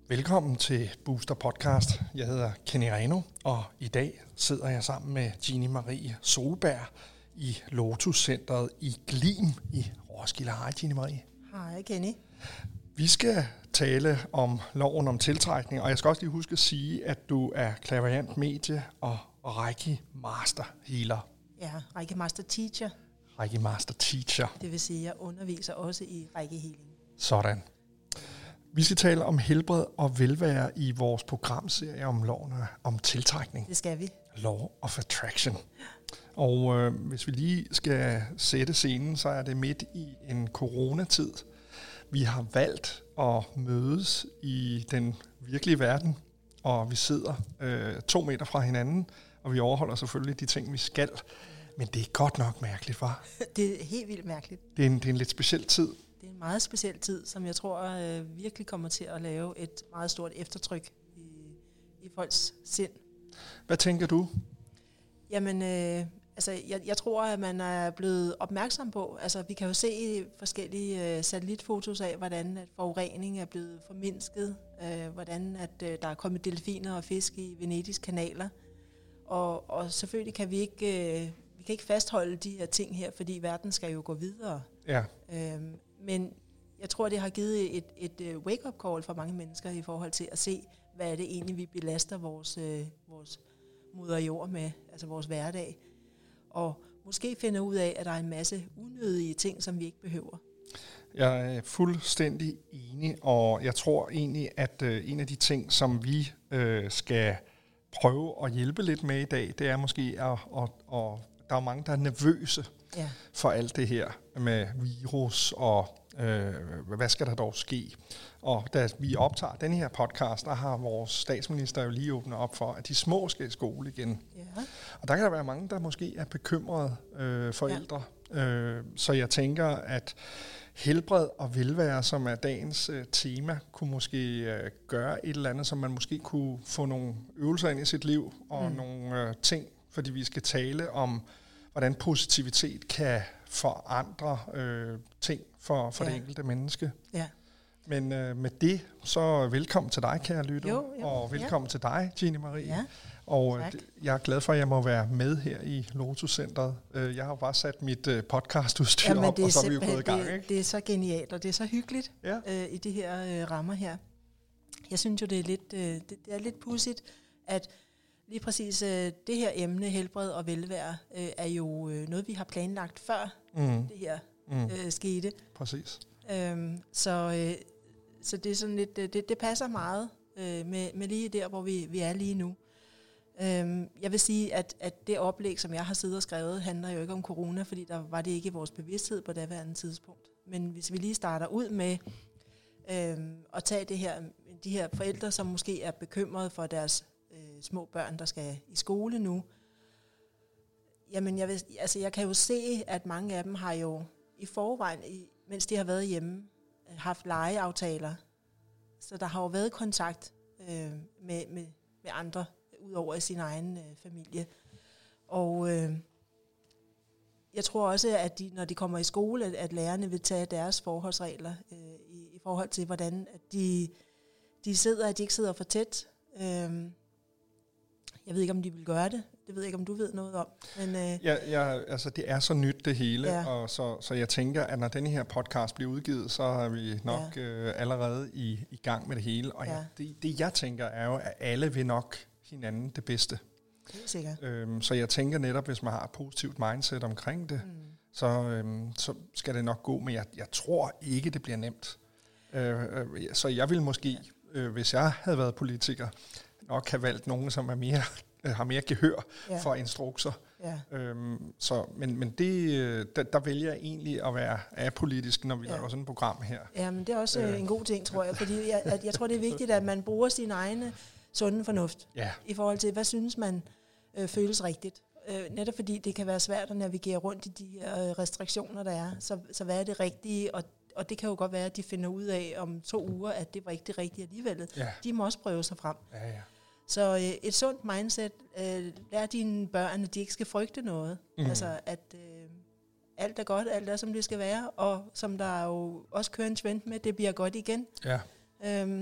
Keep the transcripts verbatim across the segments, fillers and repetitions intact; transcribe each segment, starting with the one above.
Velkommen til Booster Podcast. Jeg hedder Kenny Reno, og i dag sidder jeg sammen med Jeannie Marie Solberg i Lotus Centeret i Glim i Roskilde. Hej Jeannie Marie. Hej Kenny. Vi skal tale om loven om tiltrækning, og jeg skal også lige huske at sige, at du er clairvoyant medie og Reiki Master Healer. Ja, Reiki Master Teacher. Reiki Master Teacher. Det vil sige, at jeg underviser også i Reiki Healing. Sådan. Vi skal tale om helbred og velvære i vores programserie om loven om tiltrækning. Det skal vi. Law of Attraction. Og øh, hvis vi lige skal sætte scenen, så er det midt i en coronatid. Vi har valgt at mødes i den virkelige verden, og vi sidder øh, to meter fra hinanden, og vi overholder selvfølgelig de ting, vi skal. Men det er godt nok mærkeligt, hva'? Det er helt vildt mærkeligt. Det er en, det er en lidt speciel tid. Det er en meget speciel tid, som jeg tror øh, virkelig kommer til at lave et meget stort eftertryk i, i folks sind. Hvad tænker du? Jamen, øh, altså, jeg, jeg tror, at man er blevet opmærksom på, altså vi kan jo se forskellige øh, satellitfotos af, hvordan at forurening er blevet formindsket, øh, hvordan at øh, der er kommet delfiner og fisk i Venedigs kanaler, og, og selvfølgelig kan vi ikke, øh, vi kan ikke fastholde de her ting her, fordi verden skal jo gå videre. Ja. Øhm, men jeg tror, det har givet et, et uh, wake-up call for mange mennesker i forhold til at se, hvad er det egentlig, vi belaster vores, uh, vores moder jord med, altså vores hverdag. Og måske finde ud af, at der er en masse unødige ting, som vi ikke behøver. Jeg er fuldstændig enig, og jeg tror egentlig, at uh, en af de ting, som vi uh, skal prøve at hjælpe lidt med i dag, det er måske, at, at, at der er mange, der er nervøse ja. for alt det her med virus og øh, hvad skal der dog ske. Og da vi optager den her podcast, der har vores statsminister jo lige åbnet op for, at de små skal i skole igen. Ja. Og der kan der være mange, der måske er bekymrede øh, forældre. Ja. Øh, så jeg tænker, at helbred og velvære, som er dagens øh, tema, kunne måske øh, gøre et eller andet, som man måske kunne få nogle øvelser ind i sit liv og mm. nogle øh, ting, fordi vi skal tale om, hvordan positivitet kan forandre øh, ting for, for ja. det enkelte menneske. Ja. Men øh, med det, så velkommen til dig, kære lytter, jo, jo. og velkommen ja. til dig, Jeannie Marie. Ja. Og øh, jeg er glad for, at jeg må være med her i Lotus Centeret. Jeg har bare sat mit øh, podcastudstyr ja, op, og så er vi jo gået i gang. Det, ikke? det er så genialt, og det er så hyggeligt ja. øh, i de her øh, rammer her. Jeg synes jo, det er lidt, øh, det, det er lidt pudsigt, at lige præcis øh, det her emne, helbred og velvære, øh, er jo øh, noget, vi har planlagt før mm. det her mm. øh, skete. Præcis. Øhm, så, øh, så det er sådan lidt, det, det passer meget øh, med, med lige der, hvor vi, vi er lige nu. Øhm, jeg vil sige, at, at det oplæg, som jeg har siddet og skrevet, handler jo ikke om corona, fordi der var det ikke i vores bevidsthed på daværende tidspunkt. Men hvis vi lige starter ud med øhm, at tage det her, de her forældre, som måske er bekymrede for deres øh, små børn, der skal i skole nu. Jamen, jeg, vil, altså, jeg kan jo se, at mange af dem har jo i forvejen, i, mens de har været hjemme, haft legeaftaler. Så der har jo været kontakt øh, med, med, med andre, udover i sin egen øh, familie. Og øh, jeg tror også, at de, når de kommer i skole, at, at lærerne vil tage deres forholdsregler øh, i, i forhold til, hvordan at de, de sidder, at de ikke sidder for tæt. Øh, jeg ved ikke, om de vil gøre det. Det ved jeg ikke, om du ved noget om. Men, øh, ja, ja, altså det er så nyt det hele, ja. og så, så jeg tænker, at når denne her podcast bliver udgivet, så er vi nok ja. øh, allerede i, i gang med det hele. Og ja. jeg, det, det jeg tænker er jo, at alle vil nok hinanden det bedste. Helt sikkert. Øhm, så jeg tænker netop, hvis man har et positivt mindset omkring det, mm. så, øhm, så skal det nok gå, men jeg, jeg tror ikke, det bliver nemt. Øh, øh, så jeg vil måske, øh, hvis jeg havde været politiker, nok have valgt nogen, som er mere, øh, har mere gehør ja. for instrukser. Ja. Øhm, så, men men det, der, der vælger jeg egentlig at være apolitisk, når vi ja. laver sådan et program her. Ja, men det er også øh. en god ting, tror jeg, fordi jeg, at jeg tror, det er vigtigt, at man bruger sin egne sunde fornuft ja. i forhold til, hvad synes man øh, føles rigtigt. Øh, netop fordi det kan være svært at navigere rundt i de her øh, restriktioner, der er. Så, så hvad er det rigtige? Og, og det kan jo godt være, at de finder ud af om to uger, at det var ikke det rigtige alligevel. Ja. De må også prøve sig frem. Ja, ja. Så øh, et sundt mindset, øh, lær dine børn, at de ikke skal frygte noget. Mm. Altså, at øh, alt er godt, alt er, som det skal være, og som der jo også kører en trend med, det bliver godt igen. Ja. Øhm,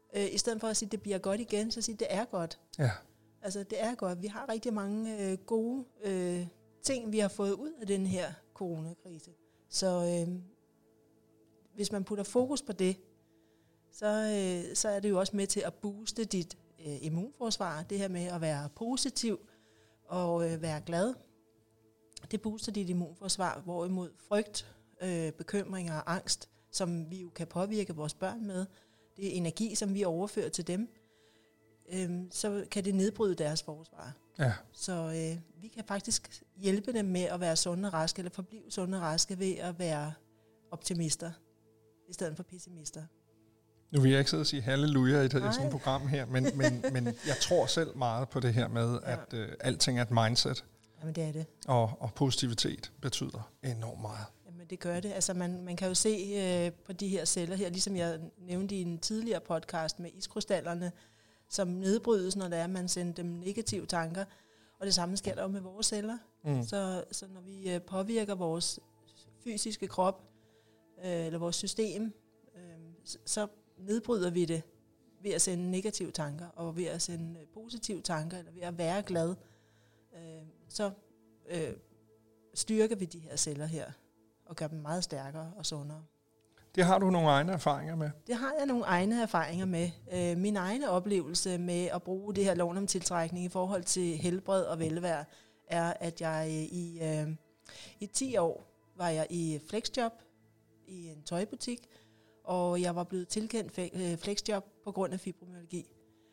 Øh, I stedet for at sige, at det bliver godt igen, så sige, at det er godt. Ja. Altså, det er godt. Vi har rigtig mange øh, gode øh, ting, vi har fået ud af den her coronakrise. Så øh, hvis man putter fokus på det, så, øh, så er det jo også med til at booste dit øh, immunforsvar. Det her med at være positiv og øh, være glad. Det booster dit immunforsvar, hvorimod frygt, øh, bekymringer og angst, som vi jo kan påvirke vores børn med, det er energi, som vi overfører til dem, øh, så kan det nedbryde deres forsvar. Ja. Så øh, vi kan faktisk hjælpe dem med at være sunde og raske, eller forblive sunde og raske ved at være optimister, i stedet for pessimister. Nu vil jeg ikke sidde og sige halleluja i sådan et program her, men, men, men jeg tror selv meget på det her med, ja. at øh, alting er et mindset. Jamen det er det. Og, og positivitet betyder enormt meget. Jamen det gør det. Altså man, man kan jo se øh, på de her celler her, ligesom jeg nævnte i en tidligere podcast med iskrystallerne, som nedbrydes, når det er, man sender dem negative tanker. Og det samme sker der jo med vores celler. Mm. Så, så når vi øh, påvirker vores fysiske krop, øh, eller vores system, øh, så nedbryder vi det ved at sende negative tanker, og ved at sende positive tanker, eller ved at være glad. Øh, så øh, styrker vi de her celler her, og gør dem meget stærkere og sundere. Det har du nogle egne erfaringer med? Det har jeg nogle egne erfaringer med. Øh, min egne oplevelse med at bruge det her loven om tiltrækning i forhold til helbred og velvære, er, at jeg i, øh, i ti år var jeg i flexjob i en tøjbutik, og jeg var blevet tilkendt flexjob på grund af fibromyalgi.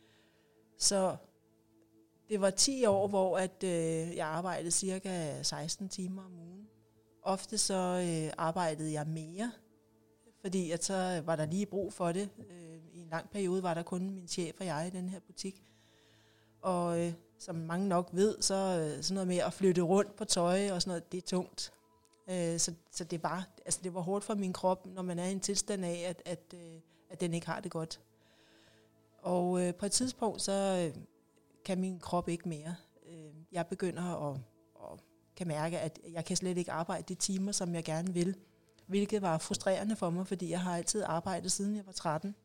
Så det var ti år, hvor at, øh, jeg arbejdede cirka seksten timer om ugen. Ofte så øh, arbejdede jeg mere, fordi at så var der lige brug for det. Øh, I en lang periode var der kun min chef og jeg i den her butik. Og øh, som mange nok ved, så øh, sådan noget med at flytte rundt på tøj og sådan noget, det er tungt. Øh, så så det, var, altså det var hårdt for min krop, når man er i en tilstand af, at, at, øh, at den ikke har det godt. Og øh, på et tidspunkt, så øh, kan min krop ikke mere. Øh, jeg begynder at, at kan mærke, at jeg kan slet ikke arbejde de timer, som jeg gerne vil. Hvilket var frustrerende for mig, fordi jeg har altid arbejdet, siden jeg var tretten.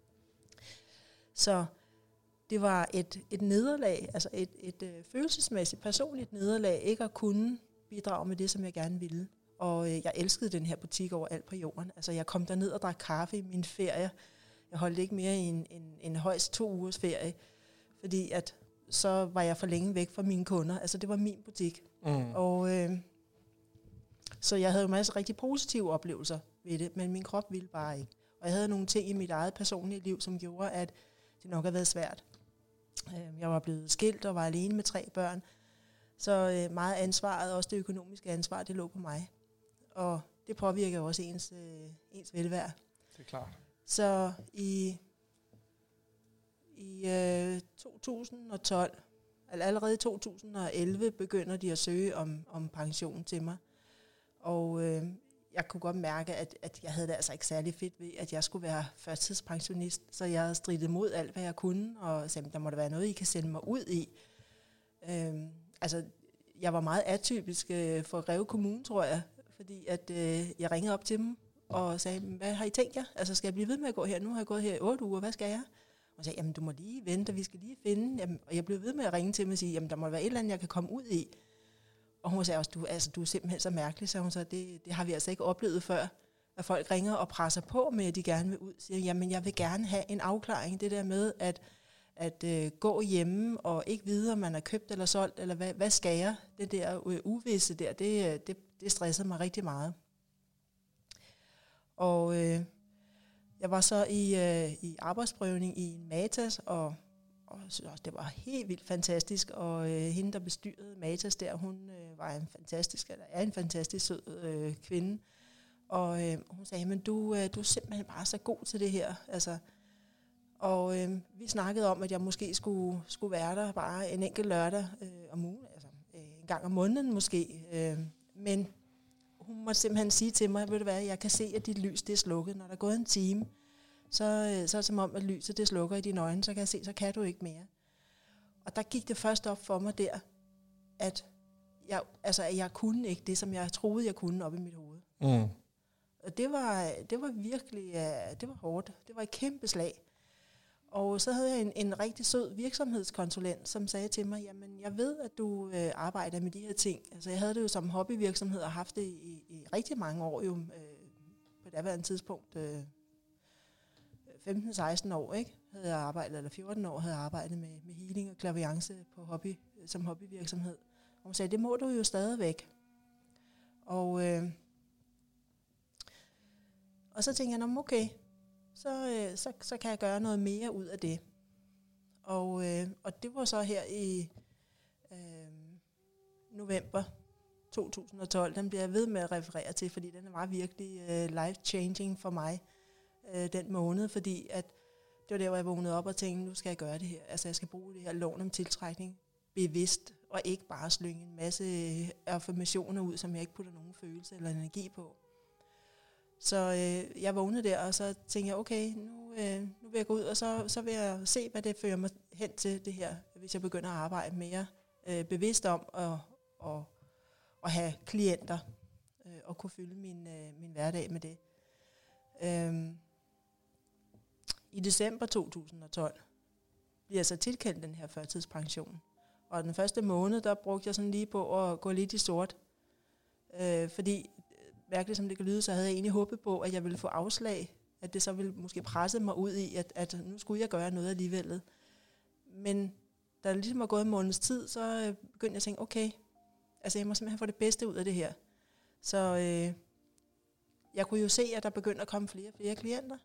Så det var et, et nederlag, altså et, et, et følelsesmæssigt, personligt nederlag, ikke at kunne bidrage med det, som jeg gerne ville. Og øh, jeg elskede den her butik over alt på jorden. Altså jeg kom derned og drak kaffe i min ferie. Jeg holdt ikke mere i en, en, en højst to ugers ferie, fordi at så var jeg for længe væk fra mine kunder. Altså det var min butik. Mm. Og øh, så jeg havde jo masser af rigtig positive oplevelser ved det, men min krop ville bare ikke. Og jeg havde nogle ting i mit eget personlige liv, som gjorde, at det nok havde været svært. Jeg var blevet skilt og var alene med tre børn, så meget ansvaret, også det økonomiske ansvar, det lå på mig. Og det påvirker også ens, ens velvære. Det er klart. Så i, i øh, to tusind og tolv, altså allerede i to tusind og elleve, begynder de at søge om, om pension til mig. Og øh, jeg kunne godt mærke, at, at jeg havde det altså ikke særlig fedt ved, at jeg skulle være førtidspensionist. Så jeg havde stridet mod alt, hvad jeg kunne, og sagde, der må der være noget, I kan sende mig ud i. Øhm, altså, jeg var meget atypisk øh, for Greve Kommune, tror jeg, fordi at, øh, jeg ringede op til dem og sagde, hvad har I tænkt jer? Altså, skal jeg blive ved med at gå her? Nu har jeg gået her i otte uger, hvad skal jeg? Og jeg sagde, jamen, du må lige vente, vi skal lige finde. Jamen, og jeg blev ved med at ringe til dem og sige, jamen, der må være et eller andet, jeg kan komme ud i. Og hun sagde også, du, altså, du er simpelthen så mærkelig, så hun sagde, det, det har vi altså ikke oplevet før, at folk ringer og presser på med, at de gerne vil ud. Siger, jamen, jeg vil gerne have en afklaring. Det der med at, at øh, gå hjemme og ikke vide, om man er købt eller solgt, eller hvad, hvad skal jeg? Det der øh, uvisse der, det, det, det stressede mig rigtig meget. Og øh, jeg var så i, øh, i arbejdsprøvning i Matas, og Og det var helt vildt fantastisk, og øh, hende, der bestyrede Matas der, hun øh, var en fantastisk, eller er en fantastisk sød øh, kvinde. Og øh, hun sagde, men du, øh, du er simpelthen bare så god til det her. Altså, og øh, vi snakkede om, at jeg måske skulle, skulle være der bare en enkelt lørdag øh, om ugen, altså øh, en gang om måneden måske. Øh, men hun måtte simpelthen sige til mig, ved du hvad, jeg kan se, at dit lys det er slukket, når der er gået en time. Så, så er det som om, at lyset det slukker i dine øjne, så kan jeg se, så kan du ikke mere. Og der gik det først op for mig der, at jeg, altså, at jeg kunne ikke det, som jeg troede, jeg kunne op i mit hoved. Mm. Og det var, det var virkelig, det var hårdt. Det var et kæmpe slag. Og så havde jeg en, en rigtig sød virksomhedskonsulent, som sagde til mig, jamen jeg ved, at du øh, arbejder med de her ting. Altså jeg havde det jo som hobbyvirksomhed og haft det i, i rigtig mange år jo, øh, på det daværende tidspunkt, øh, femten seksten år, ikke? Havde jeg arbejdet, eller fjorten år havde jeg arbejdet med, med healing og klaviance på hobby, som hobbyvirksomhed. Og hun sagde, det må du jo stadigvæk. Og, øh, og så tænkte jeg, okay, så, øh, så, så kan jeg gøre noget mere ud af det. Og, øh, og det var så her i øh, november to tusind og tolv, den bliver jeg ved med at referere til, fordi den var virkelig øh, life-changing for mig øh, den måned, fordi at det var der, hvor jeg vågnede op og tænkte, nu skal jeg gøre det her. Altså jeg skal bruge det her lån om tiltrækning bevidst, og ikke bare slynge en masse affirmationer ud, som jeg ikke putter nogen følelse eller energi på. Så øh, jeg vågnede der, og så tænkte jeg, okay, nu, øh, nu vil jeg gå ud, og så, så vil jeg se, hvad det fører mig hen til det her, hvis jeg begynder at arbejde mere øh, bevidst om at, at, at have klienter, øh, og kunne fylde min, øh, min hverdag med det. Øhm, I december to tusind og tolv bliver jeg så tilkendt den her førtidspension. Og den første måned, der brugte jeg sådan lige på at gå lidt i sort. Øh, fordi, mærkeligt som det kan lyde, så havde jeg egentlig håbet på, at jeg ville få afslag. At det så ville måske presse mig ud i, at, at nu skulle jeg gøre noget alligevel. Men da det ligesom var gået en måneds tid, så begyndte jeg at tænke, okay, altså jeg må simpelthen få det bedste ud af det her. Så øh, jeg kunne jo se, at der begyndte at komme flere og flere klienter.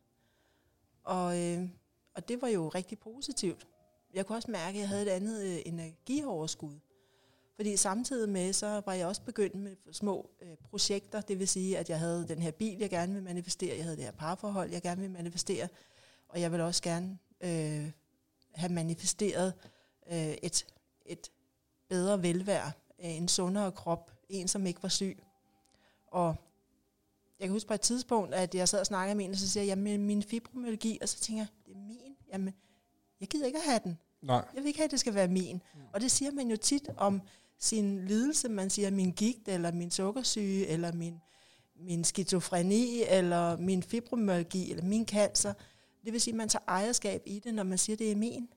Og, øh, og det var jo rigtig positivt. Jeg kunne også mærke, at jeg havde et andet øh, energioverskud. Fordi samtidig med, så var jeg også begyndt med små øh, projekter. Det vil sige, at jeg havde den her bil, jeg gerne vil manifestere. Jeg havde det her parforhold, jeg gerne vil manifestere. Og jeg vil også gerne øh, have manifesteret øh, et, et bedre velvære. En sundere krop. En, som ikke var syg. Og jeg kan huske på et tidspunkt, at jeg sad og snakkede med en, og så siger jeg, jamen min fibromyalgi, og så tænker jeg, det er min. Jamen, jeg gider ikke at have den. Nej. Jeg vil ikke have, at det skal være min. Mm. Og det siger man jo tit om sin lidelse. Man siger min gigt, eller min sukkersyge, eller min, min skizofreni, eller min fibromyalgi, eller min cancer. Det vil sige, at man tager ejerskab i det, når man siger, at det er min.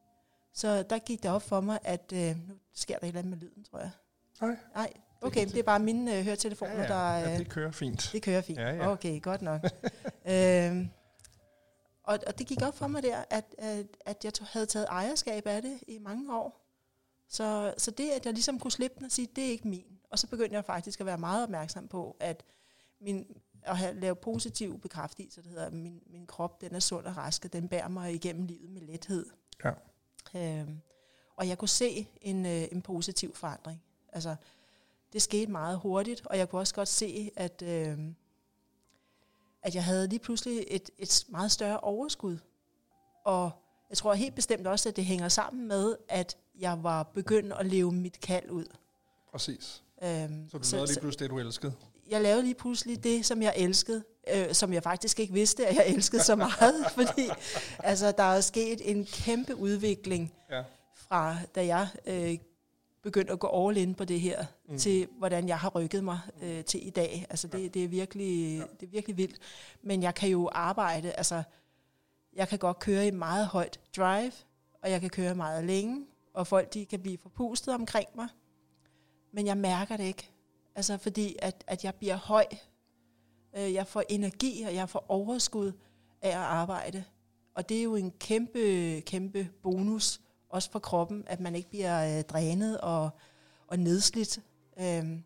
Så der gik det op for mig, at øh, nu sker der et eller andet med lyden, tror jeg. Nej. Nej. Okay, det er bare mine øh, høretelefoner, ja, ja. der... Øh, ja, det kører fint. Det kører fint. Ja, ja. Okay, godt nok. øhm, og, og det gik op for mig der, at, at, at jeg havde taget ejerskab af det i mange år. Så, så det, at jeg ligesom kunne slippe den og sige, det er ikke min. Og så begyndte jeg faktisk at være meget opmærksom på, at, min, at have lavet positiv bekræftelse, det hedder, at min, min krop den er sund og rask, og den bærer mig igennem livet med lethed. Ja. Øhm, og jeg kunne se en, øh, en positiv forandring. Altså, det skete meget hurtigt, og jeg kunne også godt se, at, øh, at jeg havde lige pludselig et, et meget større overskud. Og jeg tror helt bestemt også, at det hænger sammen med, at jeg var begyndt at leve mit kald ud. Præcis. Øhm, så du lavede lige pludselig det, du elskede? Jeg lavede lige pludselig det, som jeg elskede, øh, som jeg faktisk ikke vidste, at jeg elskede så meget. Fordi altså, der er sket en kæmpe udvikling ja. Fra, da jeg... Øh, begyndt at gå all in på det her, mm. til hvordan jeg har rykket mig øh, til i dag. Altså det, det, er virkelig, det er virkelig vildt. Men jeg kan jo arbejde, altså jeg kan godt køre i meget højt drive, og jeg kan køre meget længe, og folk de kan blive forpustet omkring mig. Men jeg mærker det ikke. Altså fordi, at, at jeg bliver høj. Øh, jeg får energi, og jeg får overskud af at arbejde. Og det er jo en kæmpe, kæmpe bonus, også for kroppen, at man ikke bliver øh, drænet og, og nedslidt. Øhm,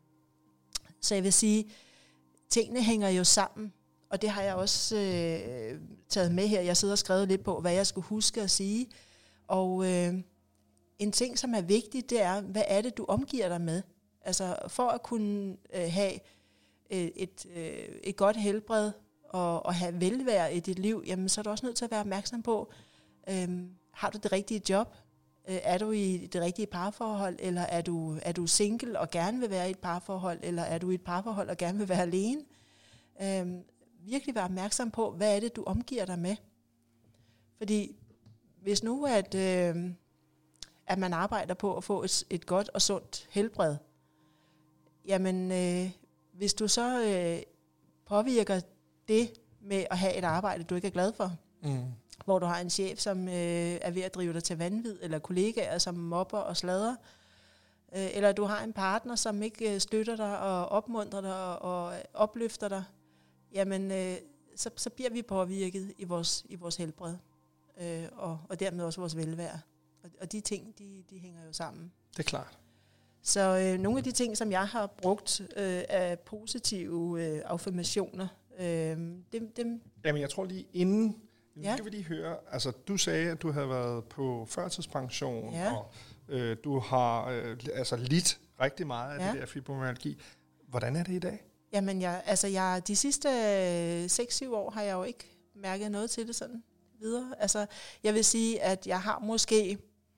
så jeg vil sige, tingene hænger jo sammen, og det har jeg også øh, taget med her. Jeg sidder og skrevet lidt på, hvad jeg skulle huske at sige. Og øh, en ting, som er vigtig, det er, hvad er det, du omgiver dig med? Altså for at kunne øh, have øh, et, øh, et godt helbred og, og have velvære i dit liv, jamen, så er du også nødt til at være opmærksom på, øh, har du det rigtige job? Er du i det rigtige parforhold, eller er du, er du single og gerne vil være i et parforhold, eller er du i et parforhold og gerne vil være alene? Øhm, virkelig være opmærksom på, hvad er det, du omgiver dig med? Fordi hvis nu, at, øh, at man arbejder på at få et, et godt og sundt helbred, jamen øh, hvis du så øh, påvirker det med at have et arbejde, du ikke er glad for, mm. hvor du har en chef, som øh, er ved at drive dig til vanvid, eller kollegaer, som mobber og sladrer, øh, eller du har en partner, som ikke øh, støtter dig og opmuntrer dig og, og opløfter dig, jamen øh, så, så bliver vi påvirket i vores, i vores helbred, øh, og, og dermed også vores velvære. Og, og de ting, de, de hænger jo sammen. Det er klart. Så øh, nogle af de ting, som jeg har brugt øh, af positive øh, affirmationer, øh, dem, dem... Jamen, jeg tror lige inden, ja. skal vi lige høre, altså du sagde, at du havde været på førtidspension, ja. og øh, du har øh, altså lidt rigtig meget af ja. det der fibromyalgi. Hvordan er det i dag? Jamen, jeg, altså jeg, de sidste øh, seks syv år har jeg jo ikke mærket noget til det sådan videre. Altså, jeg vil sige, at jeg har måske...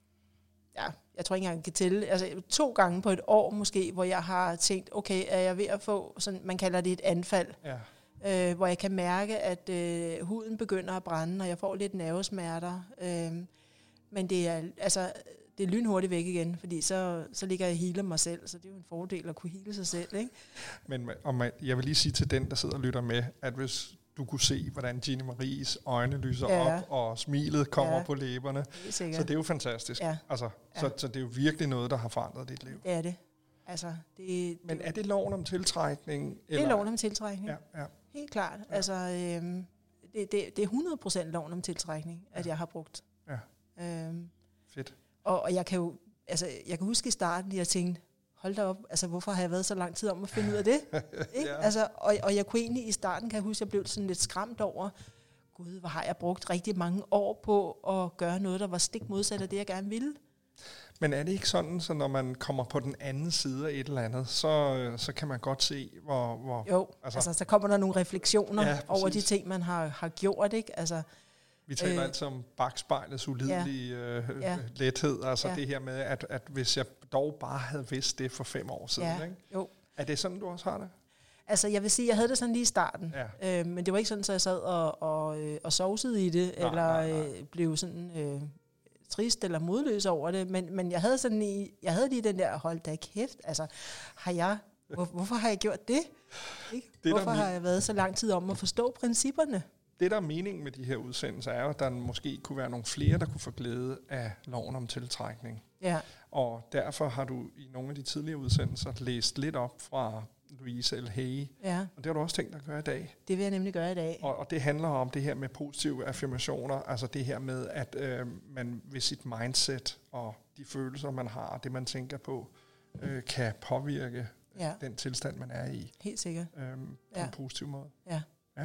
Ja, jeg tror ikke engang, jeg kan tælle, altså to gange på et år måske, hvor jeg har tænkt, okay, er jeg ved at få, sådan, man kalder det et anfald, ja. øh, hvor jeg kan mærke, at øh, huden begynder at brænde, og jeg får lidt nervesmerter. Øh, men det er, altså, det er lynhurtigt væk igen, fordi så, så ligger jeg og healer mig selv, så det er jo en fordel at kunne heale sig selv. Ikke? Men og man, jeg vil lige sige til den, der sidder og lytter med, at hvis du kunne se, hvordan Ginny Maries øjne lyser ja. op, og smilet kommer ja. på læberne. Det så det er jo fantastisk. Ja. Altså, ja. så, så det er jo virkelig noget, der har forandret dit liv. Det er det. Altså, det Men er det loven om tiltrækning? Det eller? er loven om tiltrækning. Ja, ja. Helt klart. Ja. Altså, øhm, det, det, det er hundrede procent loven om tiltrækning, at ja. jeg har brugt. Ja. Øhm, Fedt. Og, og jeg kan jo, altså, jeg kan huske i starten, jeg tænkte, hold da op, altså hvorfor har jeg været så lang tid om at finde ud af det? Ikke? Ja. Altså, og, og jeg kunne egentlig i starten, kan jeg huske, jeg blev sådan lidt skræmt over, gud, hvor har jeg brugt rigtig mange år på at gøre noget, der var stik modsat af det, jeg gerne ville. Men er det ikke sådan, så når man kommer på den anden side af et eller andet, så, så kan man godt se, hvor... hvor jo, altså, altså så kommer der nogle refleksioner ja, over de ting, man har, har gjort, ikke? Altså, vi taler øh, altid om bagspejlets ulidelige ja, øh, ja, lethed, altså ja. det her med, at, at hvis jeg dog bare havde vidst det for fem år siden, ja, ikke? Jo. Er det sådan, du også har det? Altså, jeg vil sige, jeg havde det sådan lige i starten, ja. øh, men det var ikke sådan, så jeg sad og, og, øh, og sovsede i det, nej, eller nej, nej. Øh, blev sådan øh, trist eller modløs over det, men, men jeg havde sådan i, jeg havde lige den der, hold da kæft, altså, har jeg, hvor, hvorfor har jeg gjort det? Ikke? det hvorfor har jeg været så lang tid om at forstå principperne? Det, der er meningen med de her udsendelser, er jo, at der måske kunne være nogle flere, der kunne få glæde af loven om tiltrækning. Ja. Og derfor har du i nogle af de tidligere udsendelser læst lidt op fra Louise L. Hay. Ja. Og det har du også tænkt at gøre i dag. Det vil jeg nemlig gøre i dag. Og, og det handler om det her med positive affirmationer, altså det her med, at øh, man ved sit mindset og de følelser, man har, og det, man tænker på, øh, kan påvirke ja. den tilstand, man er i. Helt sikkert. Øh, på ja. en positiv måde. Ja. Ja.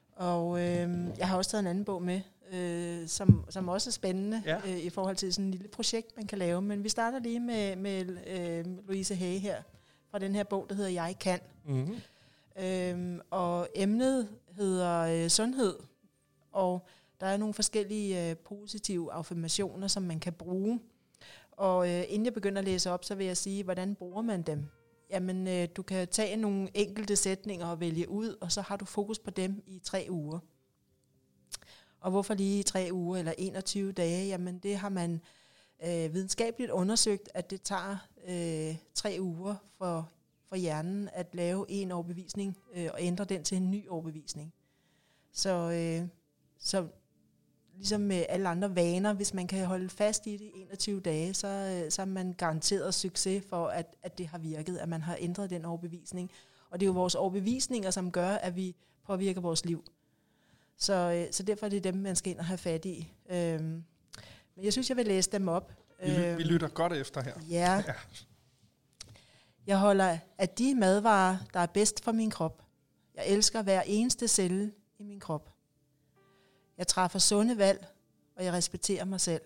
Og øh, jeg har også taget en anden bog med, øh, som, som også er spændende ja. øh, i forhold til sådan et lille projekt, man kan lave. Men vi starter lige med, med øh, Louise Hay her, fra den her bog, der hedder Jeg Kan. Mm-hmm. Øhm, og emnet hedder øh, sundhed, og der er nogle forskellige øh, positive affirmationer, som man kan bruge. Og øh, inden jeg begynder at læse op, så vil jeg sige, hvordan bruger man dem? Jamen, øh, du kan tage nogle enkelte sætninger og vælge ud, og så har du fokus på dem i tre uger. Og hvorfor lige tre uger eller enogtyve dage? Jamen, det har man øh, videnskabeligt undersøgt, at det tager øh, tre uger for, for hjernen at lave en overbevisning øh, og ændre den til en ny overbevisning. Så, øh, så ligesom med alle andre vaner, hvis man kan holde fast i det i enogtyve dage, så, så er man garanteret succes for, at, at det har virket, at man har ændret den overbevisning. Og det er jo vores overbevisninger, som gør, at vi påvirker vores liv. Så, så derfor er det dem, man skal ind og have fat i. Øhm, men jeg synes, jeg vil læse dem op. Vi, ly- vi lytter godt efter her. Ja. ja. Jeg holder af de madvarer, der er bedst for min krop. Jeg elsker hver eneste celle i min krop. Jeg træffer sunde valg, og jeg respekterer mig selv.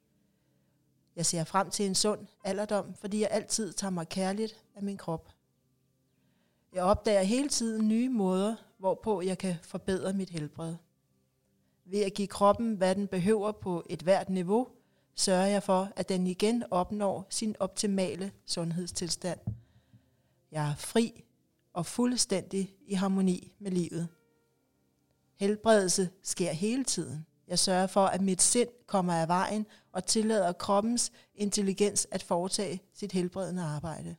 Jeg ser frem til en sund alderdom, fordi jeg altid tager mig kærligt af min krop. Jeg opdager hele tiden nye måder, hvorpå jeg kan forbedre mit helbred. Ved at give kroppen, hvad den behøver på et hvert niveau, sørger jeg for, at den igen opnår sin optimale sundhedstilstand. Jeg er fri og fuldstændig i harmoni med livet. Helbredelse sker hele tiden. Jeg sørger for, at mit sind kommer af vejen og tillader kroppens intelligens at foretage sit helbredende arbejde.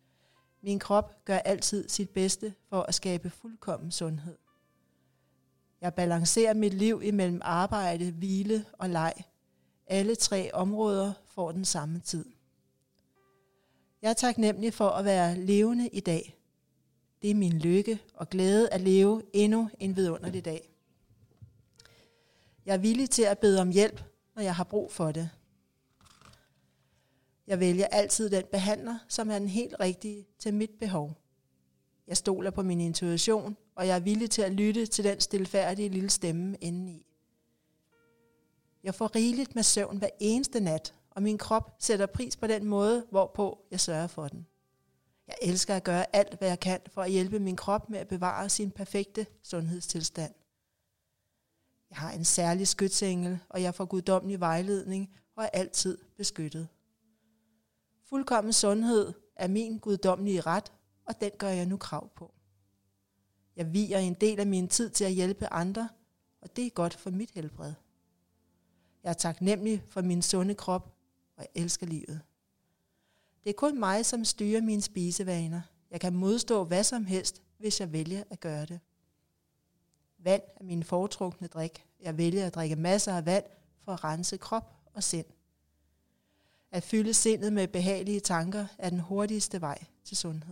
Min krop gør altid sit bedste for at skabe fuldkommen sundhed. Jeg balancerer mit liv imellem arbejde, hvile og leg. Alle tre områder får den samme tid. Jeg er taknemmelig for at være levende i dag. Det er min lykke og glæde at leve endnu en vidunderlig dag. Jeg er villig til at bede om hjælp, når jeg har brug for det. Jeg vælger altid den behandler, som er den helt rigtige til mit behov. Jeg stoler på min intuition, og jeg er villig til at lytte til den stilfærdige lille stemme indeni. Jeg får rigeligt med søvn hver eneste nat, og min krop sætter pris på den måde, hvorpå jeg sørger for den. Jeg elsker at gøre alt, hvad jeg kan for at hjælpe min krop med at bevare sin perfekte sundhedstilstand. Jeg har en særlig skytsengel, og jeg får guddommelig vejledning og er altid beskyttet. Fuldkommen sundhed er min guddommelige ret, og den gør jeg nu krav på. Jeg vier en del af min tid til at hjælpe andre, og det er godt for mit helbred. Jeg er taknemmelig for min sunde krop, og jeg elsker livet. Det er kun mig, som styrer mine spisevaner. Jeg kan modstå hvad som helst, hvis jeg vælger at gøre det. Vand er min foretrukne drik. Jeg vælger at drikke masser af vand for at rense krop og sind. At fylde sindet med behagelige tanker er den hurtigste vej til sundhed.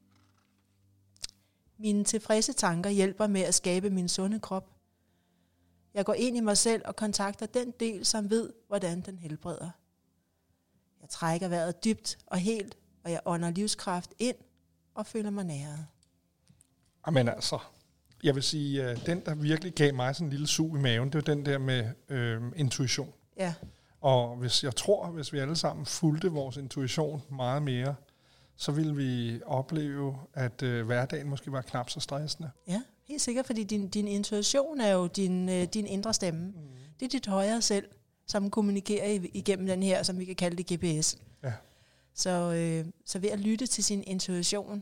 Mine tilfredse tanker hjælper med at skabe min sunde krop. Jeg går ind i mig selv og kontakter den del, som ved, hvordan den helbreder. Jeg trækker vejret dybt og helt, og jeg ånder livskraft ind og føler mig næret. Amen altså, jeg vil sige, at den, der virkelig gav mig sådan en lille sug i maven, det var den der med øh, intuition. Ja. Og hvis jeg tror, hvis vi alle sammen fulgte vores intuition meget mere, så ville vi opleve, at øh, hverdagen måske var knap så stressende. Ja, helt sikkert, fordi din, din intuition er jo din, øh, din indre stemme. Mm. Det er dit højere selv, som kommunikerer igennem den her, som vi kan kalde det G P S. Ja. Så, øh, så ved at lytte til sin intuition,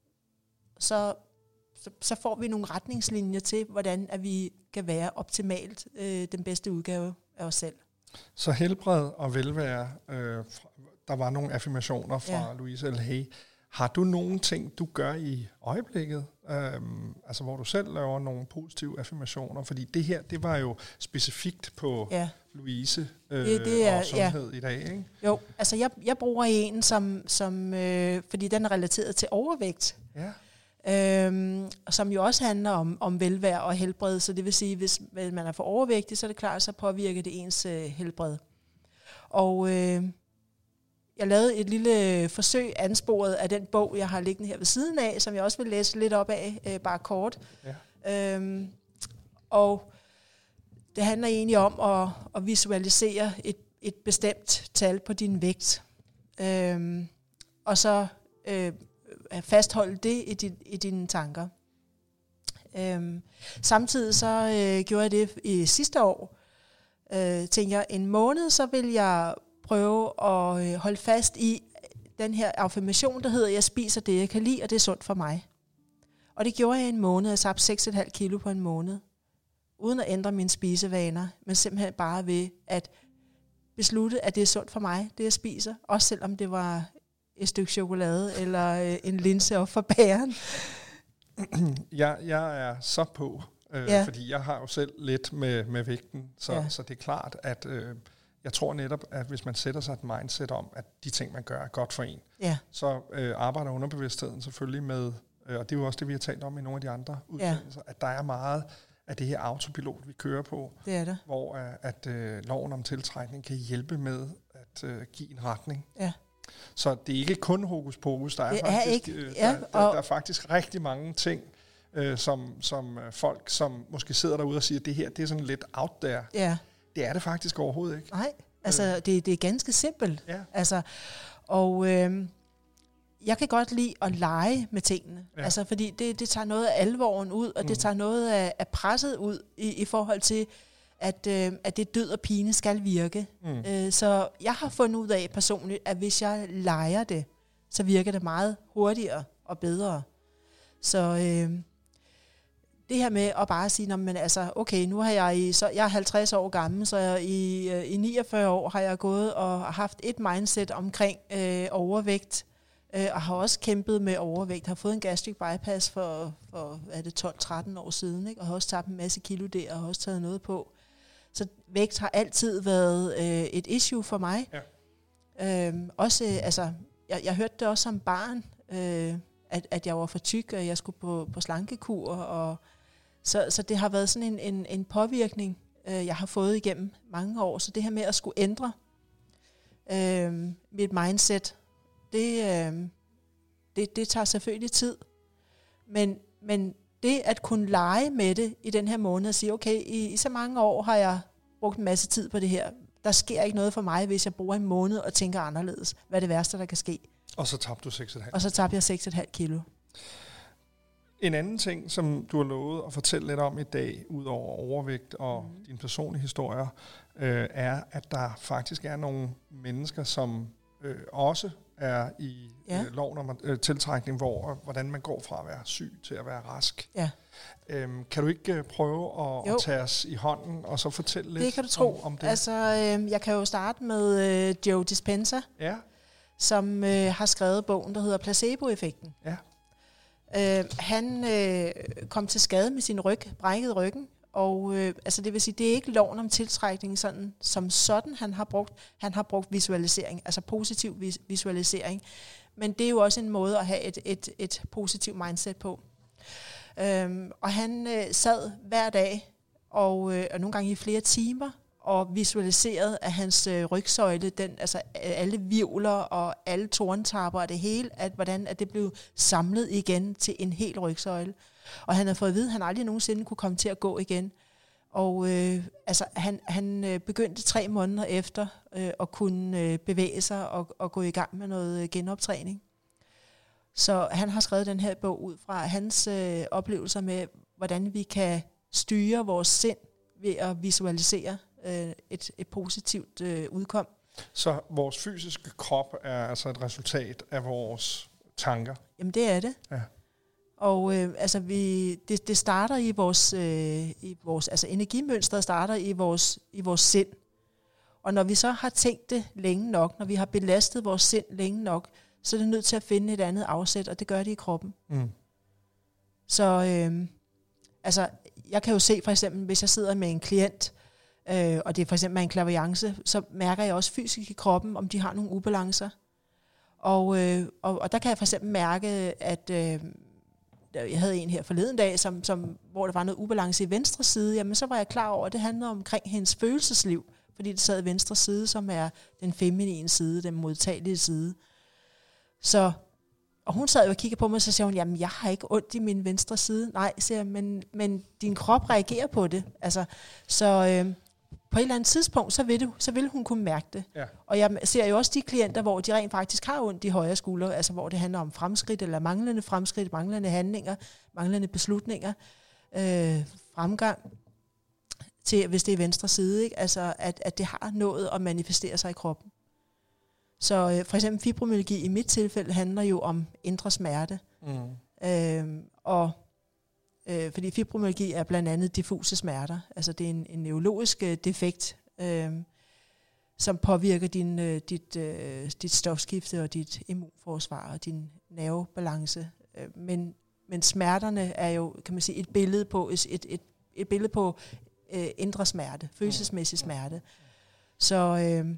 så, så, så får vi nogle retningslinjer til, hvordan at vi kan være optimalt øh, den bedste udgave af os selv. Så helbred og velvære, øh, der var nogle affirmationer fra Ja. Louise L. Hay. Har du nogle ting, du gør i øjeblikket, øhm, altså hvor du selv laver nogle positive affirmationer? Fordi det her, det var jo specifikt på Ja. Louise øh, Det- det er- og sundhed ja. i dag, ikke? Jo, altså jeg, jeg bruger en, som, som øh, fordi den er relateret til overvægt, Ja. øhm, som jo også handler om, om velvære og helbred. Så det vil sige, hvis man er for overvægtig, så er det klart, så påvirker det ens øh, helbred. Og øh, jeg lavede et lille forsøg ansporet af den bog, jeg har liggende her ved siden af, som jeg også vil læse lidt op af, øh, bare kort. Ja. Øhm, og det handler egentlig om at, at visualisere et, et bestemt tal på din vægt. Øhm, og så øh, fastholde det i, din, i dine tanker. Øhm, samtidig så øh, gjorde jeg det i sidste år. Øh, tænkte jeg, en måned, så vil jeg prøve at øh, holde fast i den her affirmation, der hedder, jeg spiser det, jeg kan lide, og det er sundt for mig. Og det gjorde jeg i en måned. Jeg tabte seks komma fem kilo på en måned. Uden at ændre mine spisevaner, men simpelthen bare ved at beslutte, at det er sundt for mig, det jeg spiser. Også selvom det var et stykke chokolade eller øh, en linse op for bageren. Jeg, jeg er så på, øh, Ja. fordi jeg har jo selv lidt med, med vægten, så, Ja. så det er klart, at øh, jeg tror netop, at hvis man sætter sig et mindset om, at de ting, man gør, er godt for en, Ja, så øh, arbejder underbevidstheden selvfølgelig med, øh, og det er jo også det, vi har talt om i nogle af de andre udsendelser, ja. at der er meget af det her autopilot, vi kører på, det er det. hvor øh, at øh, loven om tiltrækning kan hjælpe med at øh, give en retning. Ja. Så det er ikke kun hokus pokus, der er, Det er faktisk, ikke, øh, ja, der, der, og- der er faktisk rigtig mange ting, øh, som, som øh, folk, som måske sidder derude og siger, at det her det er sådan lidt out there. Ja. Det er det faktisk overhovedet ikke. Nej, altså det, det er ganske simpelt. Ja. Altså, og øh, jeg kan godt lide at lege med tingene, Ja. altså, fordi det, det tager noget af alvoren ud, og det Mhm. tager noget af, af presset ud i, i forhold til, at, øh, at det død og pine skal virke. Mm. Øh, så jeg har fundet ud af personligt, at hvis jeg leger det, så virker det meget hurtigere og bedre. Så øh, det her med at bare sige, men altså, okay, nu har jeg i, så jeg er halvtreds år gammel, så jeg i, øh, i niogfyrre år har jeg gået og haft et mindset omkring øh, overvægt, øh, og har også kæmpet med overvægt. Har fået en gastric bypass for, for er det tolv tretten år siden, ikke? Og har også tabt en masse kilo der, og har også taget noget på. Så vægt har altid været øh, et issue for mig. Ja. Øhm, også, øh, altså, jeg, jeg hørte det også som barn, øh, at, at jeg var for tyk, og jeg skulle på, på slankekur. Og så, så det har været sådan en, en, en påvirkning, øh, jeg har fået igennem mange år. Så det her med at skulle ændre øh, mit mindset, det, øh, det, det tager selvfølgelig tid. Men, men det at kunne lege med det i den her måned og sige, okay, i, i så mange år har jeg brugt en masse tid på det her. Der sker ikke noget for mig, hvis jeg bruger en måned og tænker anderledes. Hvad er det værste, der kan ske? Og så tabte du seks komma fem. Og så tabte jeg seks komma fem kilo. En anden ting, som du har lovet at fortælle lidt om i dag, ud over overvægt og mm. dine personlige historier, øh, er, at der faktisk er nogle mennesker, som øh, også er i ja. øh, loven om øh, tiltrækning, hvor hvordan man går fra at være syg til at være rask. Ja. Øhm, kan du ikke øh, prøve at, at tage os i hånden og så fortælle lidt det kan du tro. Om, om det? Altså, øh, jeg kan jo starte med øh, Joe Dispenza, ja. som øh, har skrevet bogen, der hedder Placebo-effekten. Ja. Øh, han øh, kom til skade med sin ryg, brækkede ryggen, og øh, altså det vil sige, det er ikke loven om tiltrækning sådan, som sådan, han har brugt. Han har brugt visualisering, altså positiv vis- visualisering. Men det er jo også en måde at have et, et, et positivt mindset på. Øhm, og han øh, sad hver dag, og, øh, og nogle gange i flere timer, og visualiserede, at hans øh, rygsøjle, den, altså alle virvler og alle torntapper og det hele, at hvordan at det blev samlet igen til en hel rygsøjle. Og han havde fået at vide, at han aldrig nogensinde kunne komme til at gå igen. Og øh, altså, han, han øh, begyndte tre måneder efter øh, at kunne øh, bevæge sig og, og gå i gang med noget øh, genoptræning. Så han har skrevet den her bog ud fra hans øh, oplevelser med, hvordan vi kan styre vores sind ved at visualisere øh, et, et positivt øh, udkom. Så vores fysiske krop er altså et resultat af vores tanker? Jamen det er det. Ja. Og øh, altså vi, det, det starter i vores, øh, i vores, altså energimønstret starter i vores, i vores sind. Og når vi så har tænkt det længe nok, når vi har belastet vores sind længe nok, så er det nødt til at finde et andet afsæt, og det gør det i kroppen. Mm. Så øh, altså, jeg kan jo se for eksempel, hvis jeg sidder med en klient, øh, og det er for eksempel med en clairvoyance, så mærker jeg også fysisk i kroppen, om de har nogle ubalancer. Og, øh, og, og der kan jeg for eksempel mærke, at øh, jeg havde en her forleden dag, som, som, hvor der var noget ubalance i venstre side, jamen så var jeg klar over, at det handlede omkring hendes følelsesliv, fordi det sad i venstre side, som er den feminine side, den modtagelige side. Så, og hun sad jo og kiggede på mig, og så siger hun, jamen jeg har ikke ondt i min venstre side. Nej, siger jeg, men, men din krop reagerer på det. Altså, så øh, på et eller andet tidspunkt, så vil, det, så vil hun kunne mærke det. Ja. Og jeg ser jo også de klienter, hvor de rent faktisk har ondt i højre skulder, altså hvor det handler om fremskridt, eller manglende fremskridt, manglende handlinger, manglende beslutninger, øh, fremgang, til hvis det er venstre side, ikke? Altså at, at det har nået at manifestere sig i kroppen. Så øh, for eksempel fibromyalgi i mit tilfælde handler jo om indre smerte. Mm. Øh, og øh, fordi fibromyalgi er blandt andet diffuse smerter. Altså det er en, en neurologisk øh, defekt, øh, som påvirker din, øh, dit, øh, dit stofskifte og dit immunforsvar og din nervebalance. Øh, men, men smerterne er jo, kan man sige, et billede på et, et, et, et billede på øh, indre smerte, følelsesmæssig smerte. Så øh,